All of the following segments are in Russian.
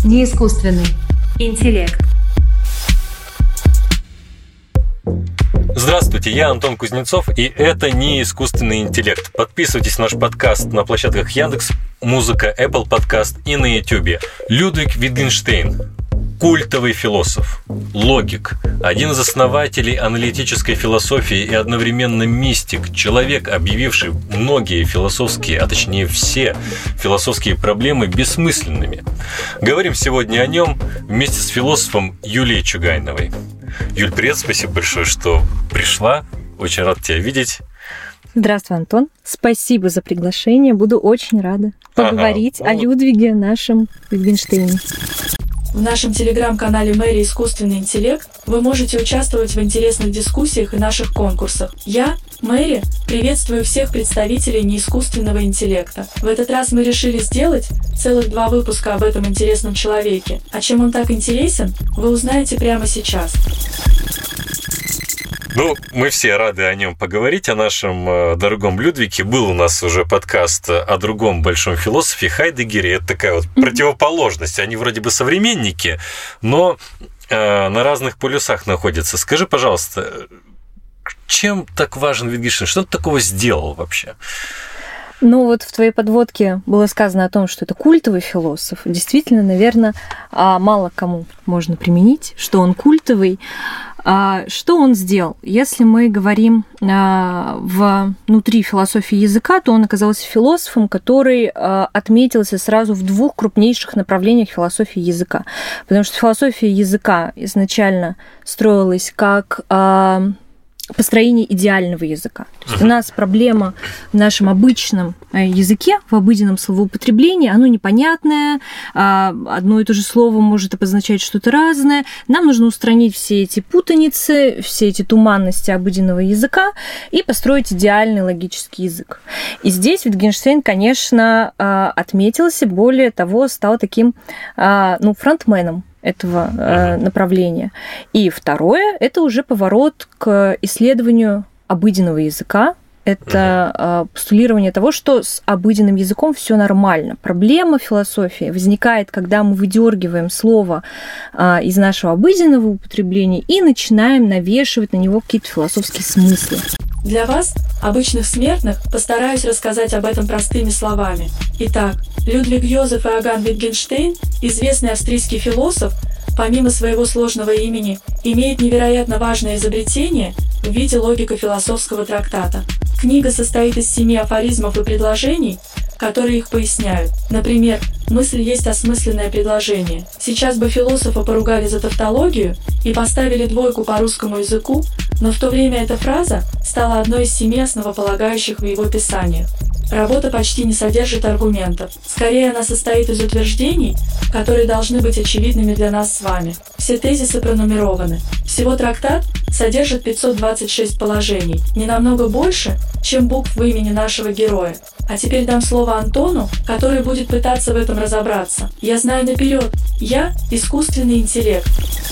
Неискусственный интеллект. Здравствуйте, я Антон Кузнецов, и это не искусственный интеллект. Подписывайтесь на наш подкаст на площадках Яндекс.Музыка, Apple Podcast и на YouTube. Людвиг Витгенштейн. Культовый философ, логик, один из основателей аналитической философии и одновременно мистик, человек, объявивший многие философские, а точнее все философские проблемы бессмысленными. Говорим сегодня о нем вместе с философом Юлией Чугайновой. Юль, привет, спасибо большое, что пришла. Очень рад тебя видеть. Здравствуй, Антон. Спасибо за приглашение. Буду очень рада поговорить о Людвиге нашем Витгенштейне. В нашем телеграм-канале «Мэри. Искусственный интеллект» вы можете участвовать в интересных дискуссиях и наших конкурсах. Я, Мэри, приветствую всех представителей неискусственного интеллекта. В этот раз мы решили сделать целых 2 выпуска об этом интересном человеке. А чем он так интересен, вы узнаете прямо сейчас. Ну, мы все рады о нем поговорить, о нашем дорогом Людвиге. Был у нас уже подкаст о другом большом философе Хайдегере. Это такая вот противоположность. Они вроде бы современники, но на разных полюсах находятся. Скажи, пожалуйста, чем так важен Витгенштейн? Что он такого сделал вообще? Ну вот в твоей подводке было сказано о том, что это культовый философ. Действительно, наверное, мало кому можно применить, что он культовый. Что он сделал? Если мы говорим внутри философии языка, то он оказался философом, который отметился сразу в 2 крупнейших направлениях философии языка. Потому что философия языка изначально строилась как построение идеального языка. То есть у нас проблема в нашем обычном языке, в обыденном словоупотреблении, оно непонятное, одно и то же слово может обозначать что-то разное. Нам нужно устранить все эти путаницы, все эти туманности обыденного языка и построить идеальный логический язык. И здесь Витгенштейн, конечно, отметился, более того, стал таким фронтменом этого направления. И второе, это уже поворот к исследованию обыденного языка. Это постулирование того, что с обыденным языком все нормально. Проблема философии возникает, когда мы выдергиваем слово из нашего обыденного употребления и начинаем навешивать на него какие-то философские смыслы. Для вас, обычных смертных, постараюсь рассказать об этом простыми словами. Итак, Людвиг Йозеф Иоганн Витгенштейн, известный австрийский философ, помимо своего сложного имени, имеет невероятно важное изобретение в виде логико-философского трактата. Книга состоит из 7 афоризмов и предложений, которые их поясняют. Например, мысль есть осмысленное предложение. Сейчас бы философа поругали за тавтологию и поставили 2 по русскому языку, но в то время эта фраза стала одной из 7 основополагающих в его писаниях. Работа почти не содержит аргументов. Скорее, она состоит из утверждений, которые должны быть очевидными для нас с вами. Все тезисы пронумерованы. Всего трактат содержит 526 положений, не намного больше, чем букв в имени нашего героя. А теперь дам слово Антону, который будет пытаться в этом разобраться. Я знаю наперед. Я – искусственный интеллект.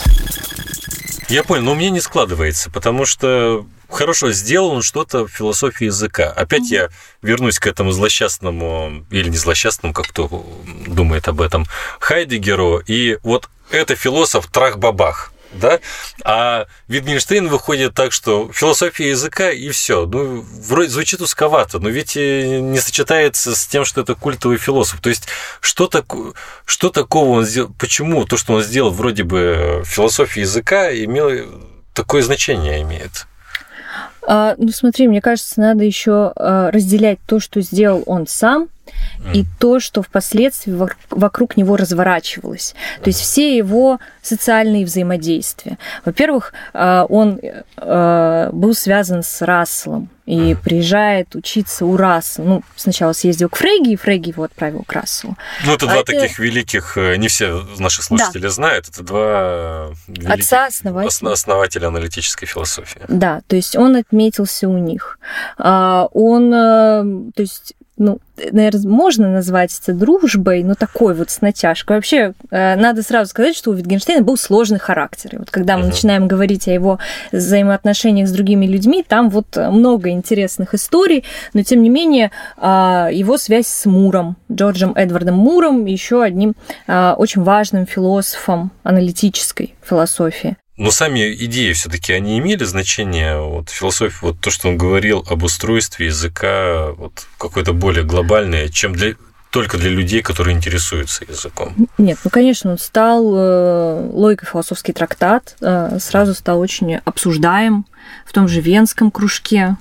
Я понял, но у меня не складывается, потому что хорошо, сделал он что-то в философии языка. Опять я вернусь к этому злосчастному, или не злосчастному, как кто думает об этом, Хайдегеру, и вот это философ трах-бабах. Да? А Витгенштейн выходит так, что философия языка и все. Ну, вроде звучит узковато, но ведь не сочетается с тем, что это культовый философ. То есть, что такого он сделал? Почему то, что он сделал вроде бы в философии языка, такое значение имеет? Смотри, мне кажется, надо еще разделять то, что сделал он сам, и то, что впоследствии вокруг него разворачивалось. То есть все его социальные взаимодействия. Во-первых, он был связан с Расселом и приезжает учиться у Рассела. Ну, сначала съездил к Фрейге, и Фрейге его отправил к Расселу. Ну, это 2 таких великих, не все наши слушатели знают, это 2 великих основателя аналитической философии. Да, то есть он отметился у них. Наверное, можно назвать это дружбой, но такой вот с натяжкой. Вообще, надо сразу сказать, что у Витгенштейна был сложный характер. И вот когда мы начинаем говорить о его взаимоотношениях с другими людьми, там вот много интересных историй, но, тем не менее, его связь с Муром, Джорджем Эдвардом Муром, еще одним очень важным философом аналитической философии. Но сами идеи все-таки они имели значение, вот философия, вот то, что он говорил об устройстве языка, вот какое-то более глобальное, чем только для людей, которые интересуются языком. Нет, ну, конечно, он стал логико-философский трактат, сразу стал очень обсуждаем в том же Венском кружке.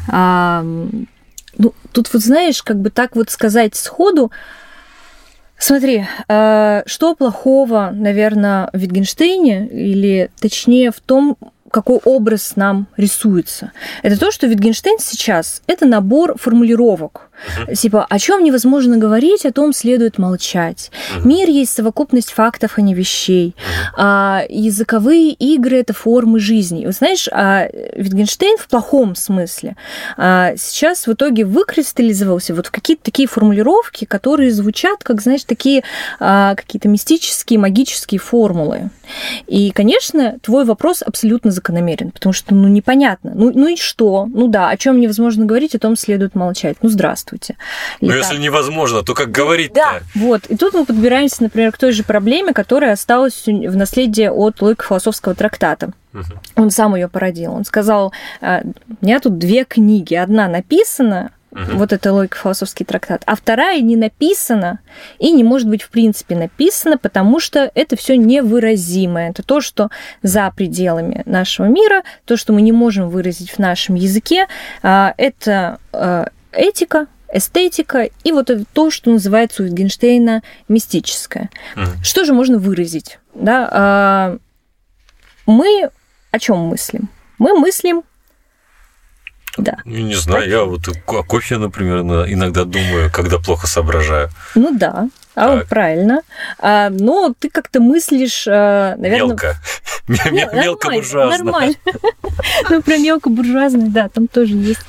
Ну, тут вот знаешь, как бы так вот сказать сходу, смотри, что плохого, наверное, в Wittgenstein, или точнее в том, какой образ нам рисуется. Это то, что Wittgenstein сейчас – это набор формулировок. Типа, о чем невозможно говорить, о том следует молчать. Мир есть совокупность фактов, а не вещей. Языковые игры – это формы жизни. Вот знаешь, Wittgenstein в плохом смысле сейчас в итоге выкристаллизовался вот в какие-то такие формулировки, которые звучат, как, знаешь, такие какие-то мистические, магические формулы. И, конечно, твой вопрос абсолютно закономерен, потому что, ну, непонятно. Ну и что? Ну да, о чем невозможно говорить, о том следует молчать. Ну, здравствуйте. Но если невозможно, то как говорить-то? Да, вот. И тут мы подбираемся, например, к той же проблеме, которая осталась в наследии от логико-философского трактата. Он сам ее породил. Он сказал, у меня тут 2 книги. Одна написана, вот это логико-философский трактат, а вторая не написана и не может быть в принципе написана, потому что это все невыразимое. Это то, что за пределами нашего мира, то, что мы не можем выразить в нашем языке, это этика, эстетика и вот это то, что называется у Wittgensteina мистическое. Что же можно выразить? Да? Мы о чем мыслим? Мы мыслим. Да. Не знаю, я вот о кофе, например, иногда думаю, когда плохо соображаю. Ну да, вот правильно. Но ты как-то мыслишь, наверное... Мелко-буржуазно. Нормально. Ну, про мелко-буржуазное, да, там тоже есть.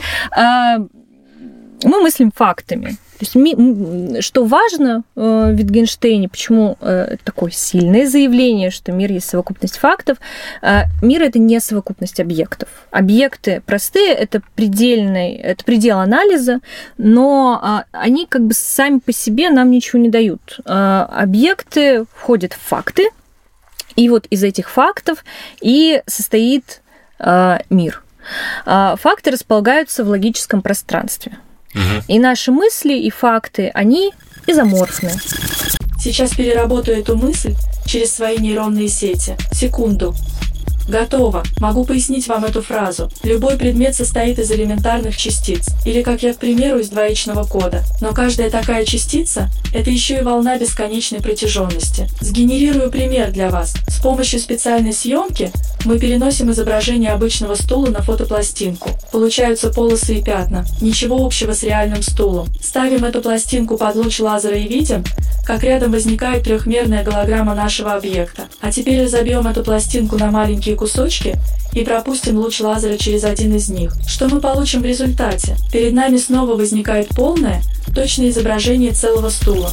Мы мыслим фактами. То есть, что важно в Wittgenstein, почему такое сильное заявление, что мир есть совокупность фактов, мир – это не совокупность объектов. Объекты простые – это предел анализа, но они как бы сами по себе нам ничего не дают. Объекты входят в факты, и вот из этих фактов и состоит мир. Факты располагаются в логическом пространстве. И наши мысли и факты, они изоморфны. Сейчас переработаю эту мысль через свои нейронные сети. Секунду. Готово. Могу пояснить вам эту фразу. Любой предмет состоит из элементарных частиц, или, как я, к примеру, из двоичного кода. Но каждая такая частица – это еще и волна бесконечной протяженности. Сгенерирую пример для вас. С помощью специальной съемки мы переносим изображение обычного стула на фотопластинку. Получаются полосы и пятна. Ничего общего с реальным стулом. Ставим эту пластинку под луч лазера и видим, как рядом возникает трехмерная голограмма нашего объекта. А теперь разобьем эту пластинку на маленькие кусочки и пропустим луч лазера через один из них. Что мы получим в результате? Перед нами снова возникает полное, точное изображение целого стула.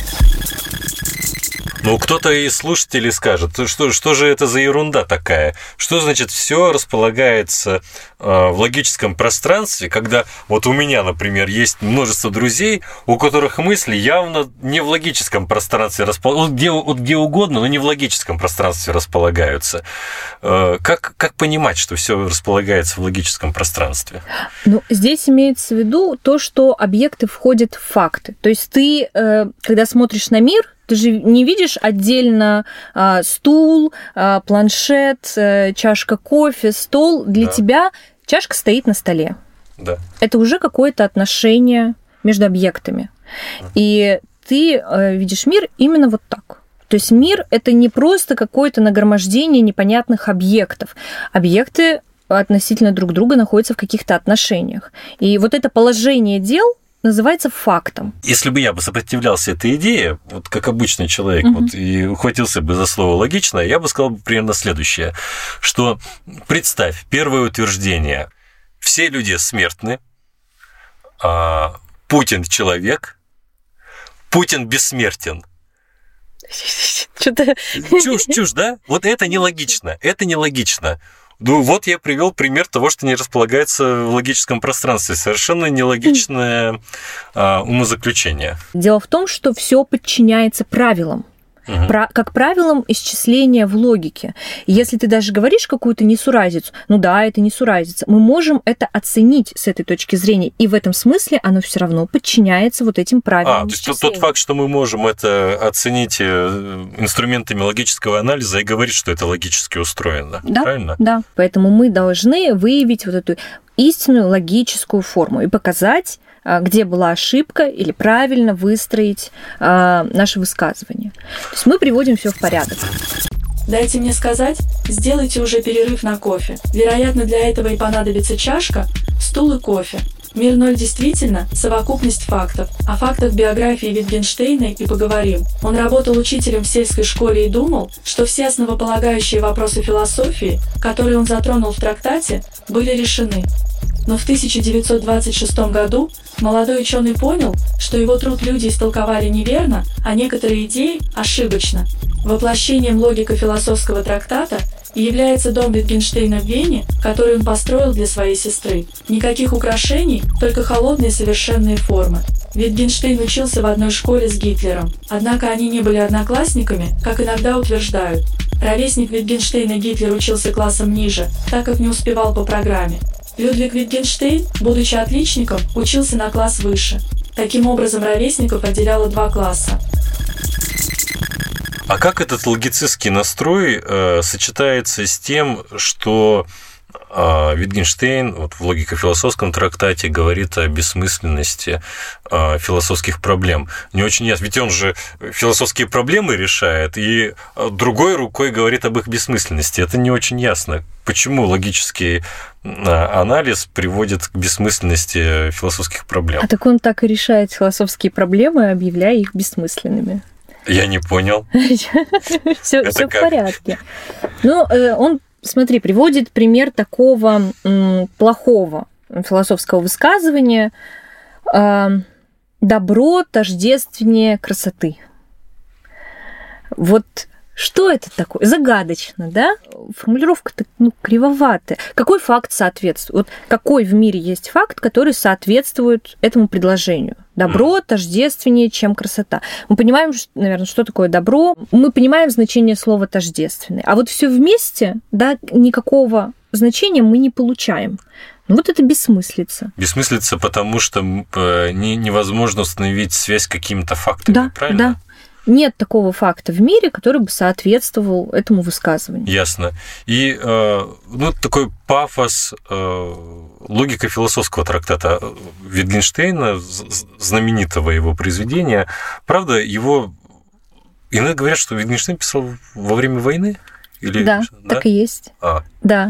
Ну, кто-то из слушателей скажет, что же это за ерунда такая? Что значит все располагается в логическом пространстве, когда вот у меня, например, есть множество друзей, у которых мысли явно не в логическом пространстве располагаются, где угодно, но не в логическом пространстве располагаются. Как понимать, что все располагается в логическом пространстве? Ну, здесь имеется в виду то, что объекты входят в факты. То есть ты, когда смотришь на мир, ты же не видишь отдельно стул, планшет, чашка кофе, стол. Для тебя чашка стоит на столе. Да. Это уже какое-то отношение между объектами. И ты видишь мир именно вот так. То есть мир – это не просто какое-то нагромождение непонятных объектов. Объекты относительно друг друга находятся в каких-то отношениях. И вот это положение дел называется фактом. Если бы я сопротивлялся этой идее, вот как обычный человек, вот, и ухватился бы за слово «логично», я бы сказал примерно следующее, что представь, первое утверждение. Все люди смертны, Путин человек, Путин бессмертен. Что-то... Чушь, да? Вот это нелогично, это нелогично. Ну, вот я привел пример того, что не располагается в логическом пространстве. Совершенно нелогичное умозаключение. Дело в том, что все подчиняется правилам. Как правилам исчисления в логике. И если ты даже говоришь какую-то несуразицу, ну да, это несуразица, мы можем это оценить с этой точки зрения, и в этом смысле оно все равно подчиняется вот этим правилам. То есть тот факт, что мы можем это оценить инструментами логического анализа и говорить, что это логически устроено, да, правильно? Да, поэтому мы должны выявить вот эту истинную логическую форму и показать, где была ошибка, или правильно выстроить наше высказывание. То есть мы приводим все в порядок. Дайте мне сказать, сделайте уже перерыв на кофе. Вероятно, для этого и понадобится чашка, стул и кофе. Мир ноль действительно совокупность фактов. О фактах биографии Wittgensteina и поговорим. Он работал учителем в сельской школе и думал, что все основополагающие вопросы философии, которые он затронул в трактате, были решены. Но в 1926 году молодой ученый понял, что его труд люди истолковали неверно, а некоторые идеи – ошибочно. Воплощением логико-философского трактата является дом Wittgensteina в Вене, который он построил для своей сестры. Никаких украшений, только холодные совершенные формы. Wittgenstein учился в одной школе с Гитлером, однако они не были одноклассниками, как иногда утверждают. Ровесник Wittgensteina Гитлер учился классом ниже, так как не успевал по программе. Людвиг Wittgenstein, будучи отличником, учился на класс выше. Таким образом, ровесников отделяло 2 класса. А как этот логицистский настрой сочетается с тем, что Wittgenstein вот в логико-философском трактате говорит о бессмысленности философских проблем? Не очень ясно, ведь он же философские проблемы решает, и другой рукой говорит об их бессмысленности. Это не очень ясно. Почему логический анализ приводит к бессмысленности философских проблем? А так он так и решает философские проблемы, объявляя их бессмысленными. Я не понял. Все в порядке. Ну, он, смотри, приводит пример такого плохого философского высказывания: добро тождественнее красоты. Вот что это такое? Загадочно, да? Формулировка-то кривоватая. Какой факт соответствует? Вот какой в мире есть факт, который соответствует этому предложению? Добро тождественнее, чем красота. Мы понимаем, наверное, что такое добро. Мы понимаем значение слова тождественное. А вот все вместе, да, никакого значения мы не получаем. Ну вот это бессмыслица. Бессмыслица, потому что невозможно установить связь с какими-то фактами, да, правильно? Да. Нет такого факта в мире, который бы соответствовал этому высказыванию. Ясно. И такой пафос логико-философского трактата Wittgensteina, знаменитого его произведения, правда, его иногда говорят, что Wittgenstein писал во время войны? Или... Да, так и есть. Да.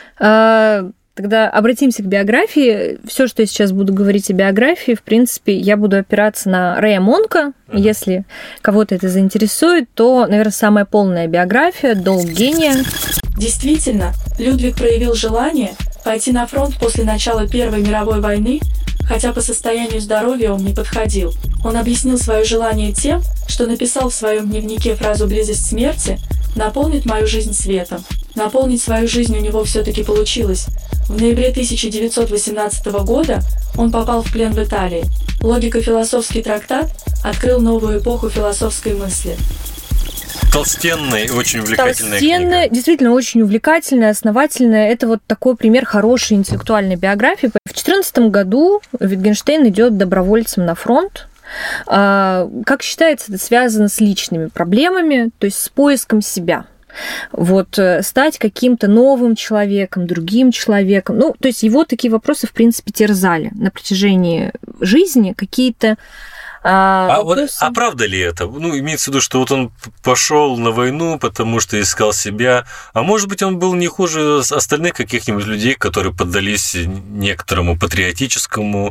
Тогда обратимся к биографии. Все, что я сейчас буду говорить о биографии, в принципе, я буду опираться на Рэя Монка. Если кого-то это заинтересует, то, наверное, самая полная биография «Долг гения». Действительно, Людвиг проявил желание пойти на фронт после начала Первой мировой войны, хотя по состоянию здоровья он не подходил. Он объяснил свое желание тем, что написал в своем дневнике фразу «близость смерти» наполнит мою жизнь светом. Наполнить свою жизнь у него все-таки получилось. В ноябре 1918 года он попал в плен в Италии. Логико-философский трактат открыл новую эпоху философской мысли. Толстенная и очень увлекательная книга. Действительно очень увлекательная, основательная. Это вот такой пример хорошей интеллектуальной биографии. В 2014 году Wittgenstein идет добровольцем на фронт. Как считается, это связано с личными проблемами, то есть с поиском себя. Вот, стать каким-то новым человеком, другим человеком. Ну, то есть его такие вопросы, в принципе, терзали на протяжении жизни, какие-то вопросы. А правда ли это? Ну, имеется в виду, что вот он пошел на войну, потому что искал себя, а может быть, он был не хуже остальных каких-нибудь людей, которые поддались некоторому патриотическому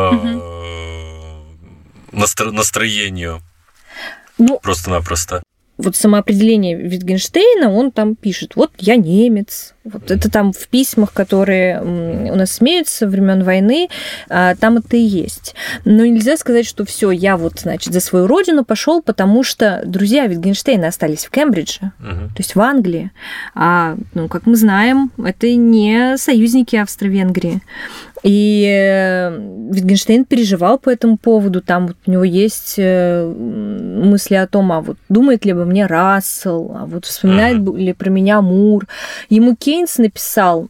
настроению, просто-напросто. вот самоопределение Wittgensteina, он там пишет, вот я немец. Вот это там в письмах, которые у нас имеются со времен войны, там это и есть. Но нельзя сказать, что все, я вот, значит, за свою родину пошел, потому что друзья Wittgensteina остались в Кембридже, то есть в Англии. А, ну, как мы знаем, это не союзники Австро-Венгрии. И Wittgenstein переживал по этому поводу. Там вот у него есть мысли о том, а вот думает ли обо мне Рассел, а вот вспоминает ли про меня Мур. Ему Кейнс написал,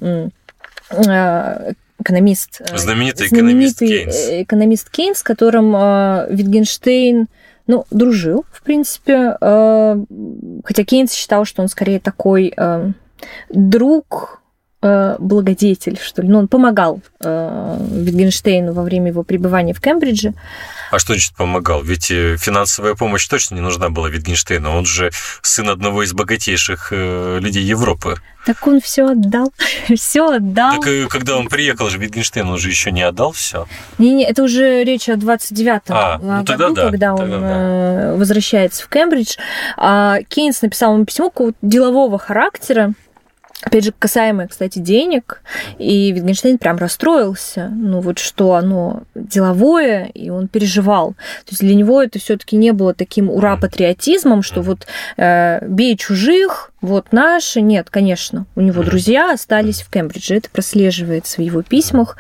экономист, знаменитый экономист Кейнс, с которым Wittgenstein, ну, дружил, в принципе, хотя Кейнс считал, что он скорее такой друг, благодетель, что ли. Ну, он помогал Wittgensteinu во время его пребывания в Кембридже. А что значит помогал? Ведь финансовая помощь точно не нужна была Wittgensteinu. Он же сын одного из богатейших людей Европы. Так он все отдал. Все отдал. Так когда он приехал же, Wittgenstein, он же еще не отдал все. Не, это уже речь о 29-м году, когда он возвращается в Кембридж. Кейнс написал ему письмо какого-то делового характера, опять же, касаемо, кстати, денег, и Wittgenstein прям расстроился, ну вот что оно деловое, и он переживал. То есть для него это все-таки не было таким ура-патриотизмом, что вот бей чужих, вот наши. Нет, конечно, у него друзья остались в Кембридже, это прослеживается в его письмах.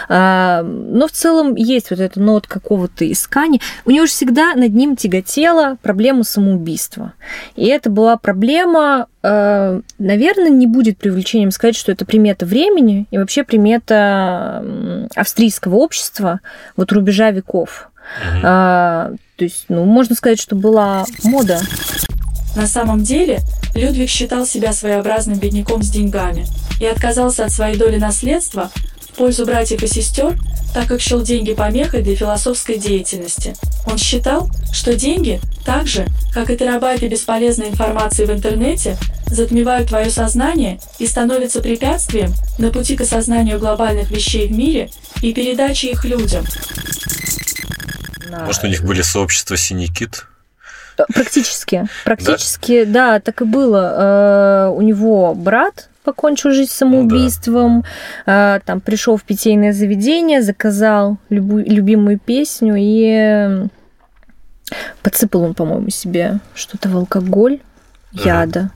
Но в целом есть вот эта нот какого-то искания. У него же всегда над ним тяготела проблема самоубийства. И это была проблема, наверное, не будет преувеличением сказать, что это примета времени и вообще примета австрийского общества, вот рубежа веков. То есть, ну, можно сказать, что была мода. На самом деле, Людвиг считал себя своеобразным бедняком с деньгами и отказался от своей доли наследства в пользу братьев и сестер, так как счел деньги помехой для философской деятельности. Он считал, что деньги, так же, как и терабайты бесполезной информации в интернете, затмевают твое сознание и становятся препятствием на пути к осознанию глобальных вещей в мире и передаче их людям. Может, у них были сообщества «Синий кит»? Практически, да, так и было. У него брат покончил жизнь самоубийством, там пришел в питейное заведение, заказал любимую песню и подсыпал он, по-моему, себе что-то в алкоголь. Яда.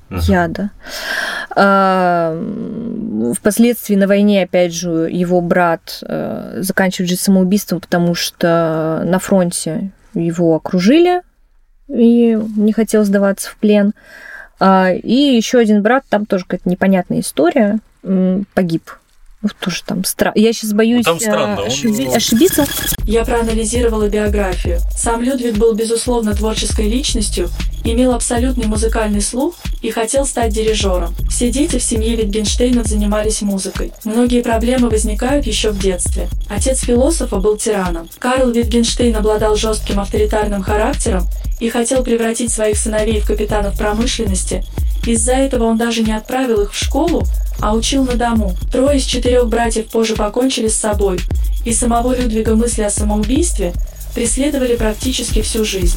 Впоследствии на войне, опять же, его брат заканчивает жизнь самоубийством, потому что на фронте его окружили и не хотел сдаваться в плен. И еще один брат, там тоже какая-то непонятная история, погиб. Вот тоже там странно. Я сейчас боюсь ошибиться. Я проанализировала биографию. Сам Людвиг был, безусловно, творческой личностью, имел абсолютный музыкальный слух и хотел стать дирижером. Все дети в семье Wittgensteinов занимались музыкой. Многие проблемы возникают еще в детстве. Отец философа был тираном. Карл Wittgenstein обладал жестким авторитарным характером и хотел превратить своих сыновей в капитанов промышленности. Из-за этого он даже не отправил их в школу, а учил на дому. 3 из 4 братьев позже покончили с собой, и самого Людвига мысли о самоубийстве преследовали практически всю жизнь.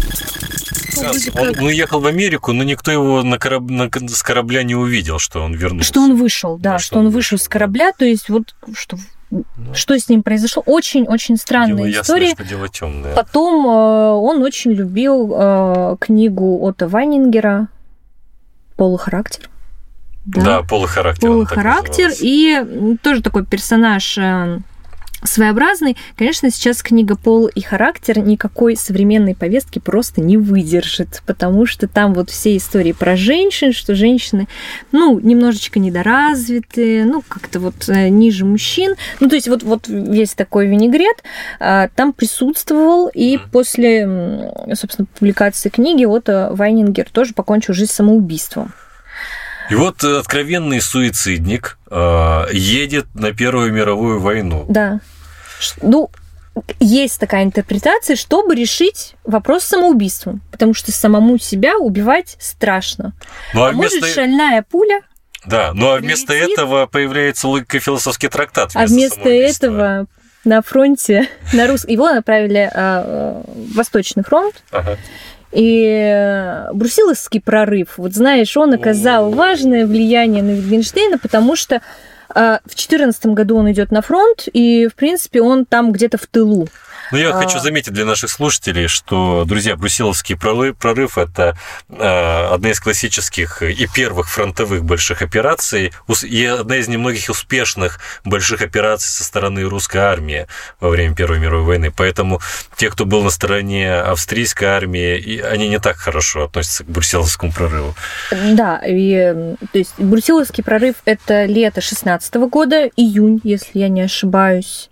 Он уехал в Америку, но никто его с корабля не увидел, что он вернулся. Что он вышел, да, что он вышел с корабля, то есть вот что с ним произошло. Очень-очень странная история. Ясно, что дело тёмное. Потом он очень любил книгу Отто Вайнингера «Полухарактер». Да, полухарактер. Полухарактер. И тоже такой персонаж своеобразный. Конечно, сейчас книга «Пол и характер» никакой современной повестки просто не выдержит, потому что там вот все истории про женщин, что женщины, ну, немножечко недоразвитые, ну, как-то вот ниже мужчин. Ну, то есть вот весь такой винегрет там присутствовал, и после, собственно, публикации книги Отто Вайнингер тоже покончил жизнь самоубийством. И вот откровенный суицидник едет на Первую мировую войну. Да. Ну, есть такая интерпретация, чтобы решить вопрос с самоубийством, потому что самому себя убивать страшно. Ну, а может, шальная пуля... Да, ну а вместо этого появляется логико-философский трактат. А вместо этого на фронте, его направили в Восточный фронт. Ага. И брусиловский прорыв, вот знаешь, он оказал важное влияние на Витгенштейна, потому что в 2014 году он идет на фронт, и, в принципе, он там где-то в тылу. Но я хочу заметить для наших слушателей, что, друзья, брусиловский прорыв – это одна из классических и первых фронтовых больших операций, и одна из немногих успешных больших операций со стороны русской армии во время Первой мировой войны. Поэтому те, кто был на стороне австрийской армии, они не так хорошо относятся к брусиловскому прорыву. Да, то есть брусиловский прорыв – это лето 2016 года, июнь, если я не ошибаюсь.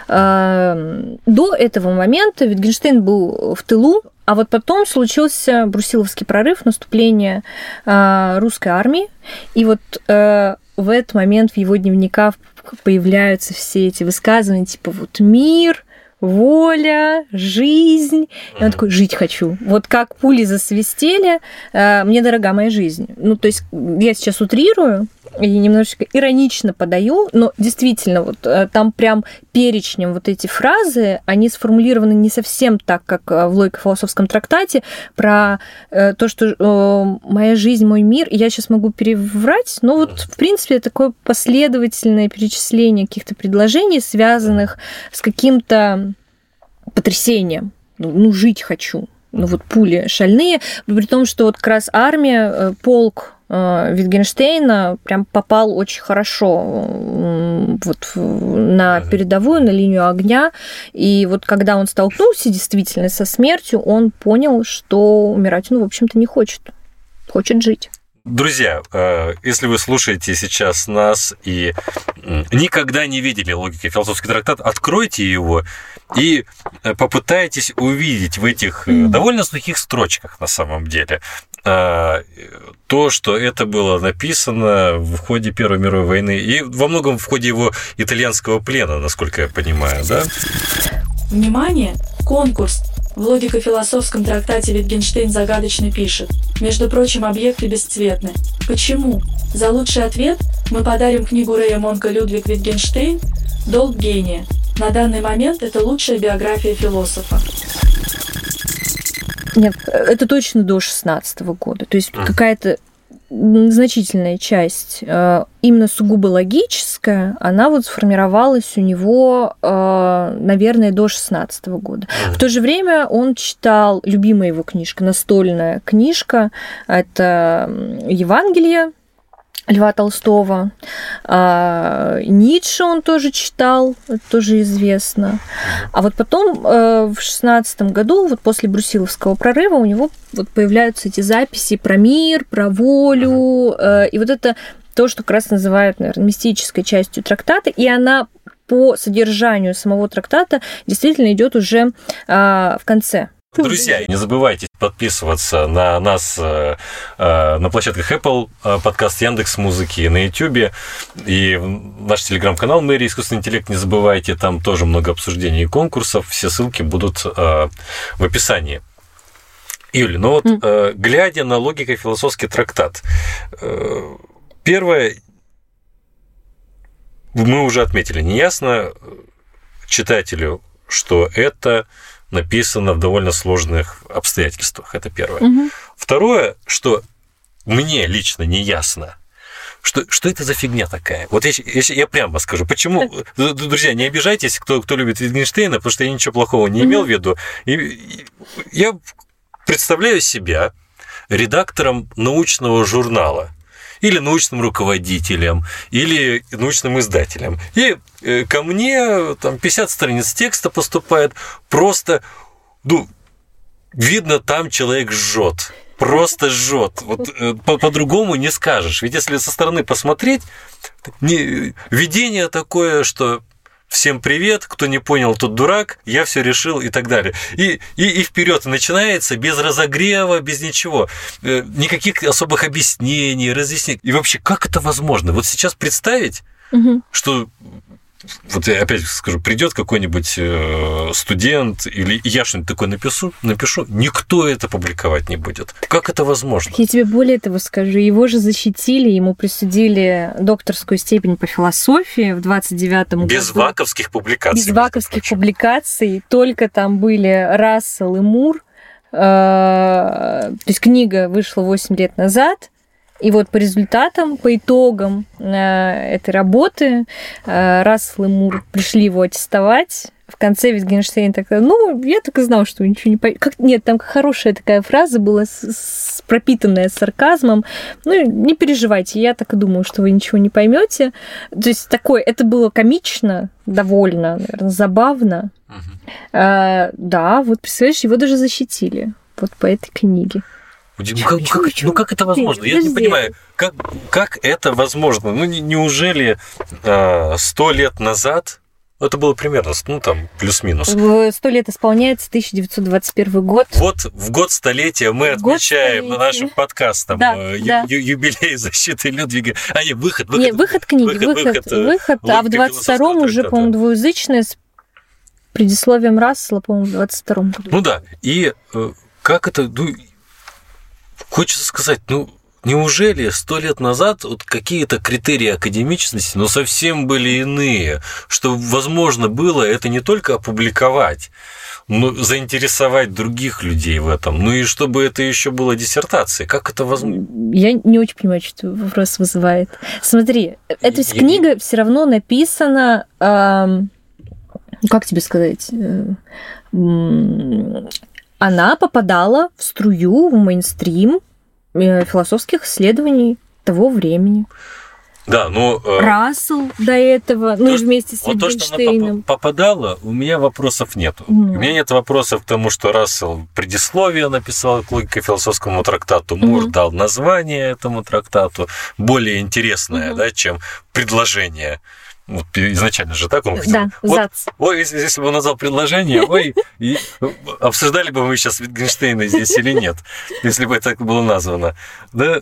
До этого момента Витгенштейн был в тылу, а вот потом случился брусиловский прорыв, наступление русской армии, и вот в этот момент в его дневниках появляются все эти высказывания, типа вот мир, воля, жизнь. И он такой, жить хочу. Вот как пули засвистели, мне дорога моя жизнь. Ну, то есть я сейчас утрирую и немножечко иронично подаю, но действительно, вот там прям перечнем вот эти фразы, они сформулированы не совсем так, как в логико-философском трактате, про то, что моя жизнь, мой мир, я сейчас могу переврать, но вот, в принципе, такое последовательное перечисление каких-то предложений, связанных с каким-то потрясением. Ну, жить хочу. Ну, вот пули шальные. При том, что вот как раз армия, полк Витгенштейна прям попал очень хорошо вот на передовую, на линию огня. И вот когда он столкнулся действительно со смертью, он понял, что умирать он, в общем-то, не хочет. Хочет жить. Друзья, если вы слушаете сейчас нас и никогда не видели логико-философский трактат, откройте его и попытайтесь увидеть в этих довольно сухих строчках на самом деле то, что это было написано в ходе Первой мировой войны и во многом в ходе его итальянского плена, насколько я понимаю, да? Внимание! Конкурс! В логико-философском трактате Витгенштейн загадочно пишет: между прочим, объекты бесцветны. Почему? За лучший ответ мы подарим книгу Рэя Монка «Людвиг Витгенштейн. Долг гения». На данный момент это лучшая биография философа. Нет, это точно до 2016 года. То есть какая-то значительная часть, именно сугубо логическая, она вот сформировалась у него, наверное, до 2016 года. В то же время он читал, любимая его книжка, настольная книжка, это «Евангелие» Льва Толстого. Ницше он тоже читал, это тоже известно. А вот потом в 2016 году, вот после брусиловского прорыва, у него вот появляются эти записи про мир, про волю, и вот это то, что как раз называют, наверное, мистической частью трактата, и она по содержанию самого трактата действительно идет уже в конце. Друзья, не забывайте подписываться на нас на площадках Apple, подкаст Яндекс.Музыки, на YouTube и наш телеграм-канал «Мэрия. Искусственный интеллект». Не забывайте, там тоже много обсуждений и конкурсов. Все ссылки будут в описании. Юля, ну вот, глядя на логико-философский трактат, первое, мы уже отметили, неясно читателю, что это написано в довольно сложных обстоятельствах. Это первое. Второе, что мне лично не ясно, что это за фигня такая. Вот я прямо скажу. Почему, друзья, не обижайтесь, кто любит Витгенштейна, потому что я ничего плохого не имел в виду. Я представляю себя редактором научного журнала, или научным руководителем, или научным издателем. И ко мне там 50 страниц текста поступает, просто, видно, там человек жжет. Просто жжет. Вот, по-другому не скажешь. Ведь если со стороны посмотреть, видение такое, что всем привет, кто не понял, тот дурак, я все решил и так далее. И вперед начинается без разогрева, без ничего. Никаких особых объяснений, разъяснений. И вообще, как это возможно? Вот сейчас представить, что... Вот я опять скажу, придет какой-нибудь студент, или я что-нибудь такое напишу, никто это публиковать не будет. Как это возможно? Я тебе более того скажу, его же защитили, ему присудили докторскую степень по философии в 29-м году. Без ваковских публикаций. Без ваковских публикаций, только там были Рассел и Мур, То есть книга вышла 8 лет назад, и вот по результатам, по итогам этой работы Рассел и Мур пришли его аттестовать. В конце Wittgenstein такая, я так и знал, что вы ничего не поймете. Нет, там хорошая такая фраза была, пропитанная сарказмом. Не переживайте, я так и думаю, что вы ничего не поймете. То есть это было комично, довольно, наверное, забавно. Да, вот представляешь, его даже защитили вот по этой книге. Как это возможно? Я не понимаю, как это возможно? Неужели 100 лет назад... Это было примерно, плюс-минус. 100 лет исполняется 1921 год. Вот в год столетия мы отмечаем нашим подкастом юбилей защиты Людвига. Выход книги. А в 22-м уже, по-моему, двуязычная с предисловием Рассела, по-моему, в 22-м году. И как это... Хочется сказать, неужели 100 лет назад какие-то критерии академичности, совсем были иные, что возможно было это не только опубликовать, но заинтересовать других людей в этом, и чтобы это еще было диссертацией. Как это возможно? Я не очень понимаю, что вопрос вызывает. Смотри, эта книга все равно написана, как тебе сказать, она попадала в струю, в мейнстрим философских исследований того времени. Да, Рассел до этого, вместе с Wittgenstein. То, что она попадала, у меня вопросов нет. У меня нет вопросов к тому, что Рассел предисловие написал к логико-философскому трактату, Мур дал название этому трактату, более интересное, чем предложение. Изначально же так он хотел. Да, если бы он назвал предложение, обсуждали бы мы сейчас Wittgensteina здесь или нет, если бы это было названо. Да?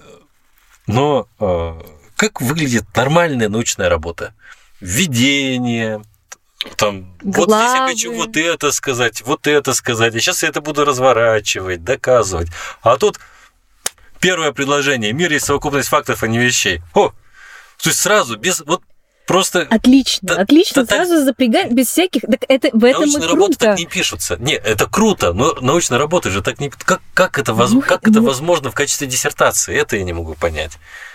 Но как выглядит нормальная научная работа? Введение, вот здесь я хочу вот это сказать, а сейчас я это буду разворачивать, доказывать. А тут первое предложение: мир есть совокупность фактов, а не вещей. То есть сразу, без... Просто... Отлично, сразу запрягать, без всяких... Так это в этом научные и работы круто. так не пишутся. Не, это круто, но научные работы же так не... Как это возможно в качестве диссертации? Это я не могу понять.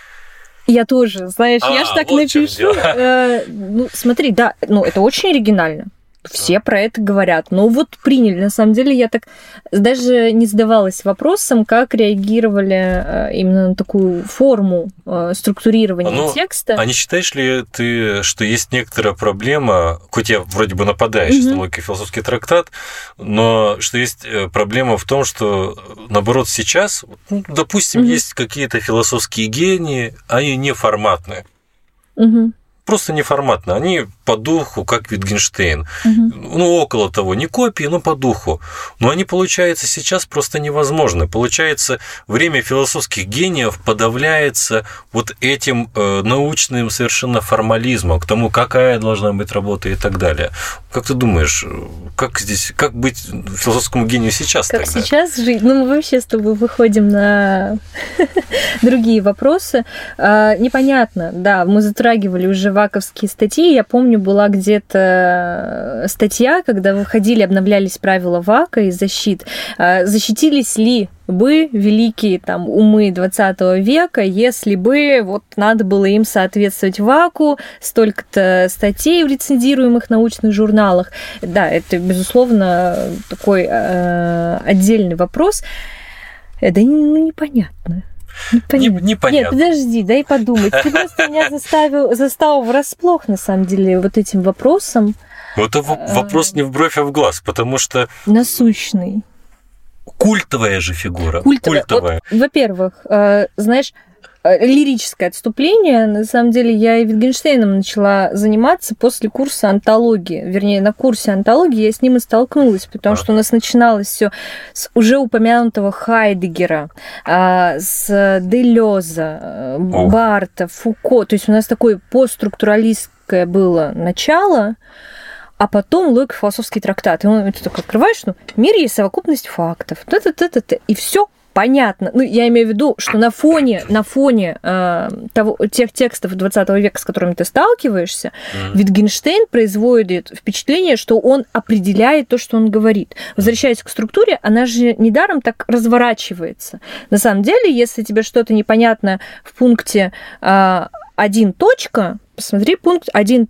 Я тоже, знаешь, я же так напишу. Смотри, да, это очень оригинально. Все про это говорят. Приняли. На самом деле, я так даже не задавалась вопросом, как реагировали именно на такую форму структурирования текста. А не считаешь ли ты, что есть некоторая проблема, хоть я вроде бы нападаю сейчас на логико-философский трактат, но что есть проблема в том, что, наоборот, сейчас, допустим, есть какие-то философские гении, они неформатные. Просто неформатно. Они по духу, как Wittgenstein. Около того. Не копии, но по духу. Но они, получается, сейчас просто невозможны. Получается, время философских гениев подавляется вот этим научным совершенно формализмом к тому, какая должна быть работа и так далее. Как ты думаешь, как быть философскому гению сейчас как тогда? Сейчас жить? Мы вообще с тобой выходим на другие вопросы. Непонятно, да, мы затрагивали уже ваковские статьи. Я помню, была где-то статья, когда выходили, обновлялись правила ВАКа и защит. Защитились ли бы великие умы 20 века, если бы надо было им соответствовать ВАКу, столько-то статей в рецензируемых научных журналах. Да, это, безусловно, такой отдельный вопрос. Это непонятно. Непонятно. Нет, подожди, дай подумать. Ты просто меня застал врасплох, на самом деле, вот этим вопросом. Это вопрос не в бровь, а в глаз, потому что... Насущный. Культовая же фигура. Культовая. Во-первых, знаешь, лирическое отступление. На самом деле, я и Wittgensteiном начала заниматься после курса антологии. Вернее, на курсе антологии я с ним и столкнулась, потому что у нас начиналось все с уже упомянутого Хайдеггера, с Делеза, Барта, Фуко. То есть у нас такое постструктуралистское было начало, а потом логико-философский трактат. И ты только открываешь, мир есть совокупность фактов. И все понятно. Ну, я имею в виду, что на фоне тех текстов 20 века, с которыми ты сталкиваешься, Wittgenstein производит впечатление, что он определяет то, что он говорит. Возвращаясь к структуре, она же недаром так разворачивается. На самом деле, если тебе что-то непонятно в пункте 1. Посмотри пункт 1.1,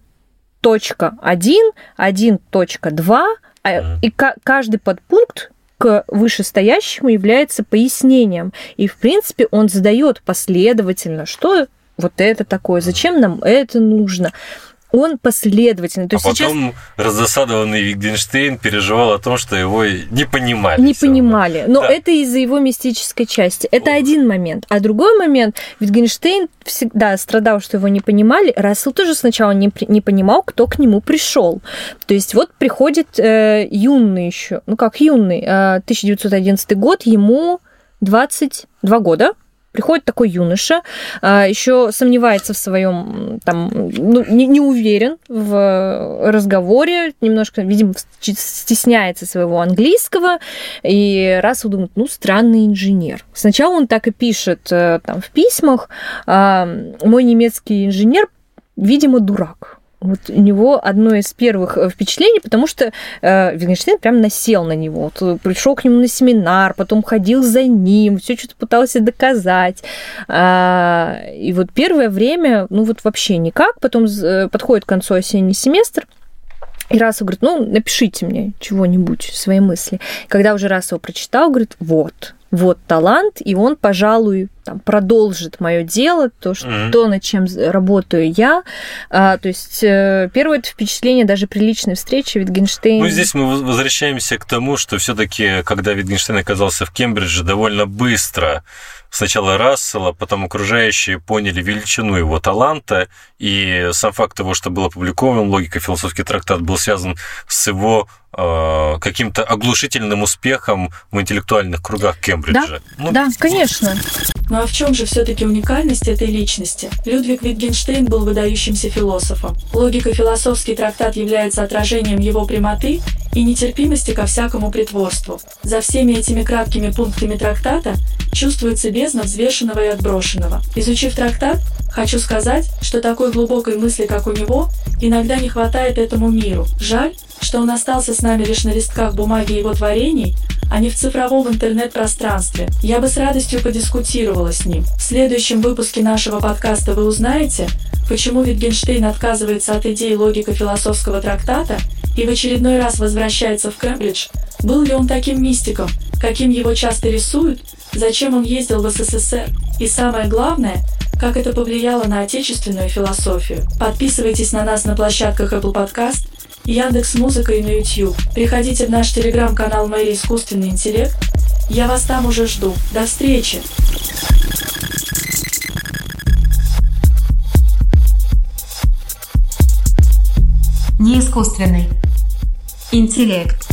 1.2, и каждый подпункт к вышестоящему является пояснением. И, в принципе, он задает последовательно, что вот это такое, зачем нам это нужно. Он последовательный. То есть потом раздосадованный Wittgenstein переживал о том, что его не понимали. Не понимали. Но это из-за его мистической части. Это один момент. А другой момент, Wittgenstein всегда страдал, что его не понимали. Рассел тоже сначала не понимал, кто к нему пришел. То есть вот приходит юный еще, 1911 год, ему 22 года. Приходит такой юноша, еще сомневается в своем, не уверен в разговоре, немножко, видимо, стесняется своего английского, и Рассел думает, странный инженер. Сначала он так и пишет в письмах, мой немецкий инженер, видимо, дурак. Вот у него одно из первых впечатлений, потому что Wittgenstein прям насел на него. Вот, пришел к нему на семинар, потом ходил за ним, все что-то пытался доказать. И вот первое время, вообще никак. Потом подходит к концу осенний семестр, и Рассел говорит, напишите мне чего-нибудь, свои мысли. Когда уже Рассел прочитал, говорит, вот талант, и он, пожалуй, продолжит мое дело, то, над чем работаю я. То есть первое это впечатление даже при личной встрече Wittgenstein. Здесь мы возвращаемся к тому, что все-таки, когда Wittgenstein оказался в Кембридже, довольно быстро сначала Рассела, потом окружающие поняли величину его таланта, и сам факт того, что был опубликован логико-философский трактат, был связан с его каким-то оглушительным успехом в интеллектуальных кругах Кембриджа. Да, конечно. Ну а в чем же все-таки уникальность этой личности? Людвиг Wittgenstein был выдающимся философом. Логико-философский трактат является отражением его прямоты и нетерпимости ко всякому притворству. За всеми этими краткими пунктами трактата чувствуется бездна взвешенного и отброшенного. Изучив трактат, хочу сказать, что такой глубокой мысли, как у него, иногда не хватает этому миру. Жаль, что он остался с нами лишь на листках бумаги его творений, а не в цифровом интернет-пространстве. Я бы с радостью подискутировала с ним. В следующем выпуске нашего подкаста вы узнаете, почему Wittgenstein отказывается от идей логико-философского трактата и в очередной раз возвращается в Кембридж. Был ли он таким мистиком, каким его часто рисуют, зачем он ездил в СССР и, самое главное, как это повлияло на отечественную философию. Подписывайтесь на нас на площадках Apple Podcast, Яндекс.Музыка и на YouTube. Приходите в наш телеграм-канал «Мэри Искусственный интеллект». Я вас там уже жду. До встречи! Неискусственный интеллект.